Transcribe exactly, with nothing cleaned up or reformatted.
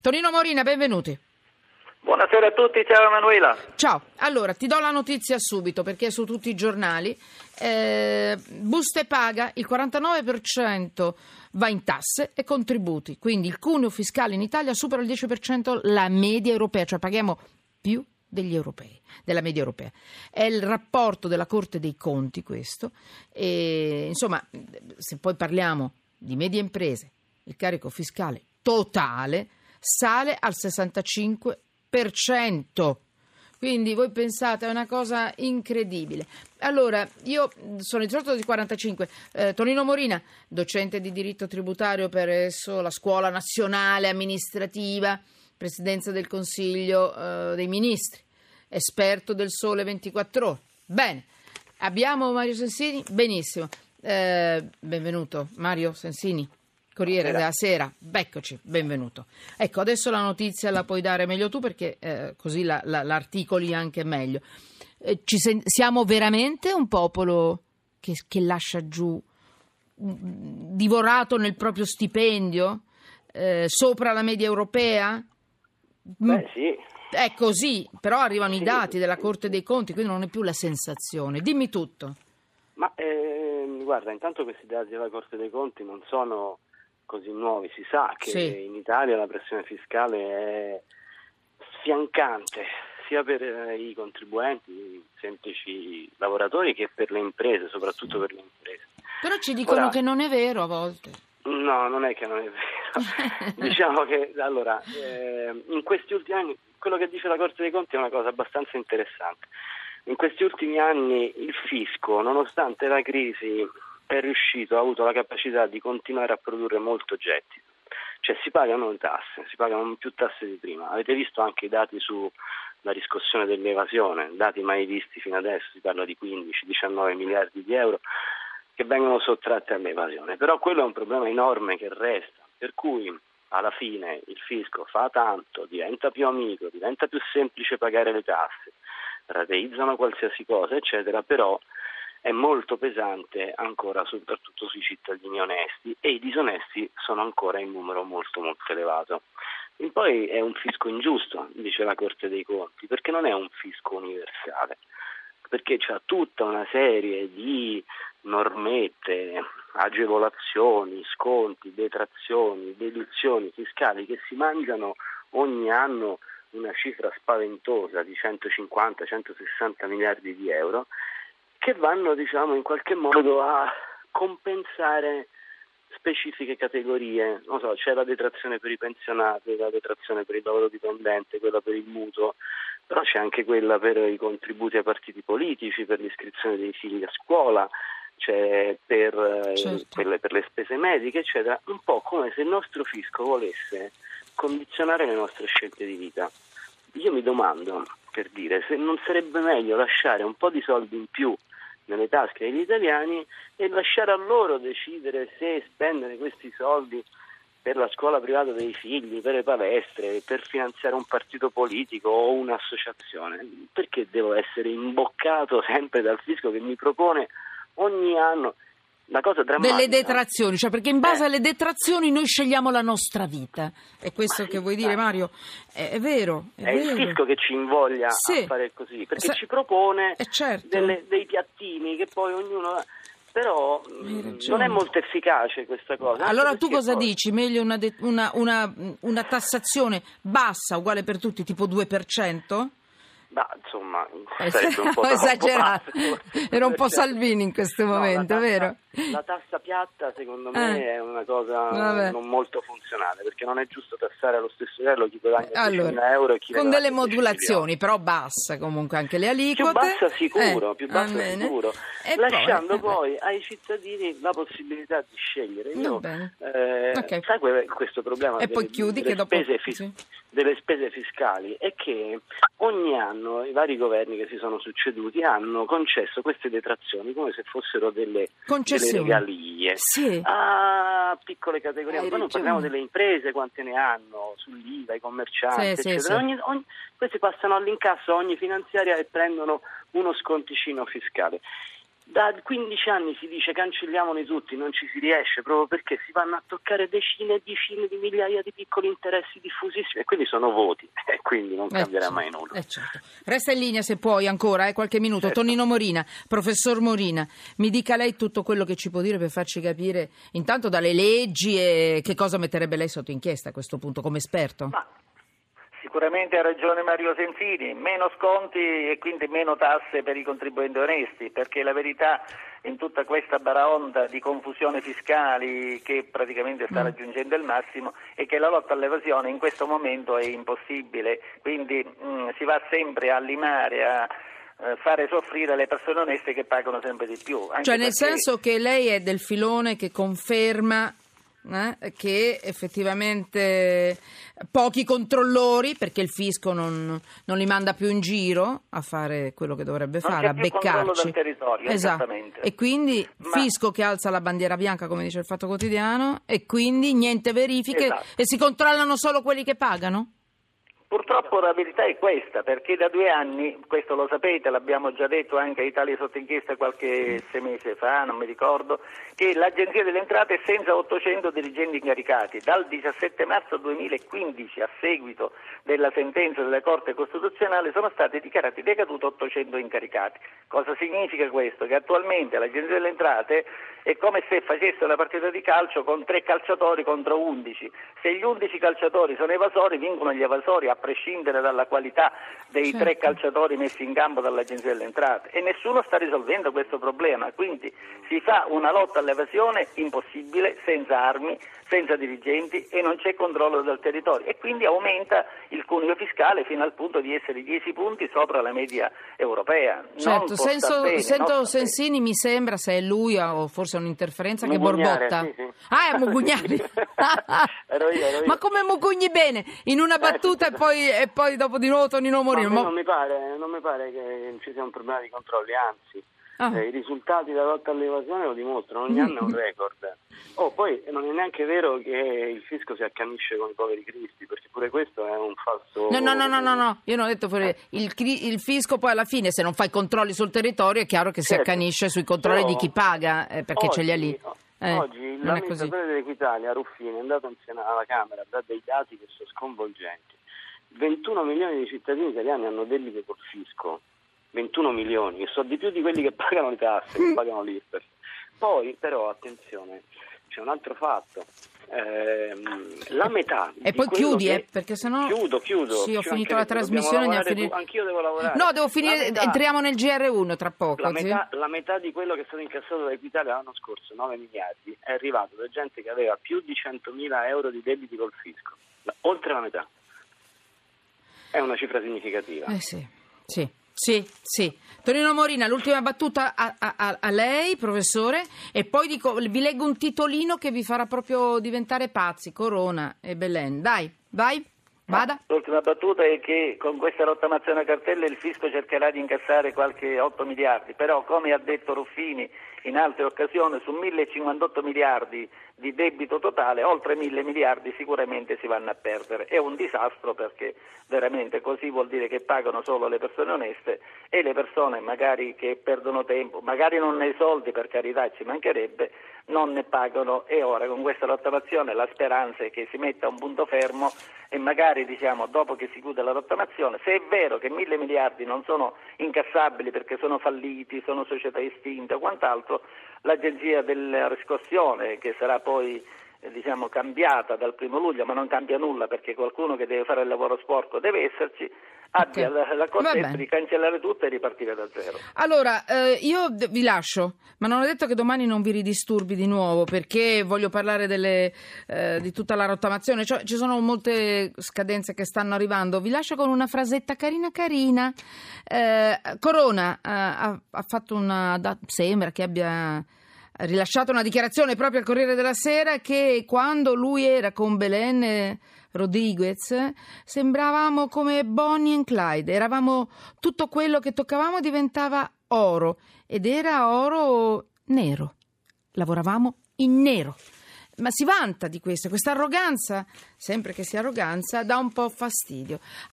Tonino Morina, benvenuti. Buonasera a tutti, ciao Emanuela. Ciao, allora ti do la notizia subito perché è su tutti i giornali. Eh, buste paga, il quarantanove per cento va in tasse e contributi, quindi il cuneo fiscale in Italia supera il dieci per cento la media europea, cioè paghiamo più degli europei, della media europea. È il rapporto della Corte dei Conti questo, e insomma se poi parliamo di medie imprese, il carico fiscale totale sale al sessantacinque per cento. Quindi voi pensate, è una cosa incredibile. Allora, io sono il diciotto di quarantacinque, eh, Tonino Morina, docente di diritto tributario presso la Scuola Nazionale Amministrativa, Presidenza del Consiglio eh, dei Ministri, esperto del Sole ventiquattro Ore. Bene, abbiamo Mario Sensini? Benissimo. Eh, benvenuto Mario Sensini. Corriere della Sera, beccoci, benvenuto. Ecco, adesso la notizia la puoi dare meglio tu perché eh, così la, la, l'articoli anche meglio. Eh, ci sen- siamo veramente un popolo che, che lascia giù, mh, divorato nel proprio stipendio, eh, sopra la media europea? Beh sì. È così, però arrivano sì. i dati della Corte dei Conti, quindi non è più la sensazione. Dimmi tutto. Ma eh, guarda, intanto questi dati della Corte dei Conti non sono così nuovi, si sa che sì. in Italia la pressione fiscale è sfiancante sia per i contribuenti, i semplici lavoratori, che per le imprese, soprattutto per le imprese. Però ci dicono Ora, che non è vero a volte. No, non è che non è vero. Diciamo che allora eh, in questi ultimi anni quello che dice la Corte dei Conti è una cosa abbastanza interessante. In questi ultimi anni il fisco, nonostante la crisi, è riuscito, ha avuto la capacità di continuare a produrre molto gettito. Cioè si pagano tasse, si pagano più tasse di prima. Avete visto anche i dati sulla riscossione dell'evasione, dati mai visti fino adesso, si parla di quindici diciannove miliardi di euro che vengono sottratti all'evasione. Però quello è un problema enorme che resta, per cui alla fine il fisco fa tanto, diventa più amico, diventa più semplice pagare le tasse, rateizzano qualsiasi cosa, eccetera, però è molto pesante ancora soprattutto sui cittadini onesti, e i disonesti sono ancora in numero molto molto elevato. E poi è un fisco ingiusto, dice la Corte dei Conti, perché non è un fisco universale, perché c'ha tutta una serie di normette, agevolazioni, sconti, detrazioni, deduzioni fiscali che si mangiano ogni anno una cifra spaventosa di centocinquanta centosessanta miliardi di euro, che vanno, diciamo, in qualche modo a compensare specifiche categorie. Non so, c'è la detrazione per i pensionati, la detrazione per il lavoro dipendente, quella per il mutuo, però c'è anche quella per i contributi ai partiti politici, per l'iscrizione dei figli a scuola, c'è per, certo. eh, quelle per le spese mediche, eccetera. Un po' come se il nostro fisco volesse condizionare le nostre scelte di vita. Io mi domando, per dire, se non sarebbe meglio lasciare un po' di soldi in più nelle tasche degli italiani e lasciare a loro decidere se spendere questi soldi per la scuola privata dei figli, per le palestre, per finanziare un partito politico o un'associazione. Perché devo essere imboccato sempre dal fisco che mi propone ogni anno la cosa drammatica? Delle detrazioni, cioè perché in base eh. alle detrazioni noi scegliamo la nostra vita. È questo Ma che sì, vuoi dire, ma... Mario? È, è vero. È, È vero. il fisco che ci invoglia sì. a fare così, perché Sa- ci propone eh certo. delle, dei piattini che poi ognuno... Però non è molto efficace questa cosa. Allora tu cosa poi... dici? Meglio una, de- una, una, una tassazione bassa, uguale per tutti, tipo due per cento? Ma insomma, Es- sarebbe un po' ho esagerato. basso, Era un po' Salvini in questo no, momento, la tassa, vero? La tassa piatta secondo me eh. è una cosa Vabbè. non molto funzionale, perché non è giusto tassare allo stesso livello chi guadagna allora, diecimila euro e chi con ne delle guadagna modulazioni, però bassa comunque anche le aliquote. Più bassa sicuro, eh, più bassa sicuro, e lasciando poi, poi ai cittadini la possibilità di scegliere. Io, eh, okay. sai quel, questo problema e delle, poi chiudi delle, che dopo, spese fis- sì. delle spese fiscali è che ogni anno i vari governi che si sono succeduti hanno concesso queste detrazioni come se fossero delle, delle regalie sì. a piccole categorie. Hai Ma non ragione. parliamo delle imprese, quante ne hanno sull'I V A, i commercianti, sì, eccetera. sì, sì. Ogni, ogni, questi passano all'incasso ogni finanziaria e prendono uno sconticino fiscale. Da quindici anni si dice cancelliamoli tutti, non ci si riesce proprio perché si vanno a toccare decine e decine di migliaia di piccoli interessi diffusissimi e quindi sono voti e quindi non cambierà eh certo, mai nulla. Eh certo. Resta in linea se puoi ancora, eh, qualche minuto. Certo. Tonino Morina, professor Morina, mi dica lei tutto quello che ci può dire per farci capire intanto dalle leggi e che cosa metterebbe lei sotto inchiesta a questo punto come esperto. Ma sicuramente ha ragione Mario Sensini, meno sconti e quindi meno tasse per i contribuenti onesti, perché la verità in tutta questa baraonda di confusione fiscali che praticamente sta mm. raggiungendo il massimo è che la lotta all'evasione in questo momento è impossibile, quindi mh, si va sempre a limare, a fare soffrire le persone oneste che pagano sempre di più. Anche cioè nel perché... senso che lei è del filone che conferma Eh, che effettivamente pochi controllori, perché il fisco non, non li manda più in giro a fare quello che dovrebbe non fare, c'è a più beccarci del territorio, esatto. E quindi Ma... fisco che alza la bandiera bianca, come dice il Fatto Quotidiano, e quindi niente verifiche, esatto. E si controllano solo quelli che pagano? Purtroppo la verità è questa, perché da due anni, questo lo sapete, l'abbiamo già detto anche a Italia sotto inchiesta qualche sei mesi fa, non mi ricordo, che l'Agenzia delle Entrate è senza ottocento dirigenti incaricati. Dal diciassette marzo duemilaquindici, a seguito della sentenza della Corte Costituzionale, sono stati dichiarati decaduti ottocento incaricati. Cosa significa questo? Che attualmente l'Agenzia delle Entrate è come se facesse una partita di calcio con tre calciatori contro undici. Se gli undici calciatori sono evasori, vincono gli evasori, a prescindere dalla qualità dei certo. tre calciatori messi in campo dall'Agenzia delle Entrate, e nessuno sta risolvendo questo problema, quindi si fa una lotta all'evasione impossibile, senza armi, senza dirigenti, e non c'è controllo del territorio, e quindi aumenta il cuneo fiscale fino al punto di essere dieci punti sopra la media europea. Certo, senso, bene, sento Sensini, bene. Mi sembra, se è lui o forse un'interferenza, che borbotta. Sì, sì. Ah, è Mugugnari. ero io, ero io. Ma come Mugugni bene, in una battuta eh, e, poi, e poi dopo di nuovo Tonino Morina. Ma non mi pare, non mi pare che ci sia un problema di controlli, anzi. Ah. Eh, I risultati della lotta all'evasione lo dimostrano, ogni anno è un record. Oh, poi non è neanche vero che il fisco si accanisce con i poveri cristi, perché pure questo è un falso... No, no, no, no, no, no. Io non ho detto fuori. Il, il fisco poi alla fine, se non fa i controlli sul territorio, è chiaro che certo. si accanisce sui controlli Però, di chi paga, eh, perché oggi, ce li ha lì. Eh, oggi l'amministratore dell'Equitalia, Ruffini, è andato insieme alla Camera, dà dei dati che sono sconvolgenti. ventuno milioni di cittadini italiani hanno debiti col fisco. ventuno milioni, che sono di più di quelli che pagano le tasse, che pagano l'I R P E F. Poi però, attenzione, c'è un altro fatto, ehm, la metà e di poi chiudi, che... eh, perché sennò chiudo, chiudo sì, ho Ci finito la trasmissione, andiamo a finire... tu, anch'io devo lavorare. No, devo finire, metà, entriamo nel G R uno tra poco. La, sì? metà, la metà di quello che è stato incassato da Equitalia l'anno scorso, nove miliardi, è arrivato da gente che aveva più di centomila euro di debiti col fisco, oltre la metà. È una cifra significativa. Eh sì, sì. Sì, sì. Tonino Morina, l'ultima battuta a, a, a lei, professore, e poi dico, vi leggo un titolino che vi farà proprio diventare pazzi, Corona e Belen. Dai, vai, vada. L'ultima battuta è che con questa rottamazione a cartelle il fisco cercherà di incassare qualche otto miliardi, però come ha detto Ruffini in altre occasioni, su millecinquantotto miliardi di debito totale, oltre mille miliardi sicuramente si vanno a perdere. È un disastro, perché veramente così vuol dire che pagano solo le persone oneste, e le persone magari che perdono tempo, magari non nei soldi, per carità, ci mancherebbe, non ne pagano. E ora con questa rottamazione la speranza è che si metta un punto fermo e magari, diciamo, dopo che si chiude la rottamazione, se è vero che mille miliardi non sono incassabili perché sono falliti, sono società estinte o quant'altro, l'agenzia della riscossione, che sarà poi eh, diciamo cambiata dal primo luglio, ma non cambia nulla perché qualcuno che deve fare il lavoro sporco deve esserci, abbia okay. la, la contezza di cancellare tutto e ripartire da zero. Allora, eh, io d- vi lascio, ma non ho detto che domani non vi ridisturbi di nuovo, perché voglio parlare delle, eh, di tutta la rottamazione, cioè, ci sono molte scadenze che stanno arrivando. Vi lascio con una frasetta carina carina. Eh, Corona eh, ha, ha fatto una, da, sembra che abbia rilasciato una dichiarazione proprio al Corriere della Sera, che quando lui era con Belen Rodriguez sembravamo come Bonnie and Clyde, eravamo, tutto quello che toccavamo diventava oro, ed era oro nero, lavoravamo in nero. Ma si vanta di questo, questa arroganza, sempre che sia arroganza, dà un po' fastidio.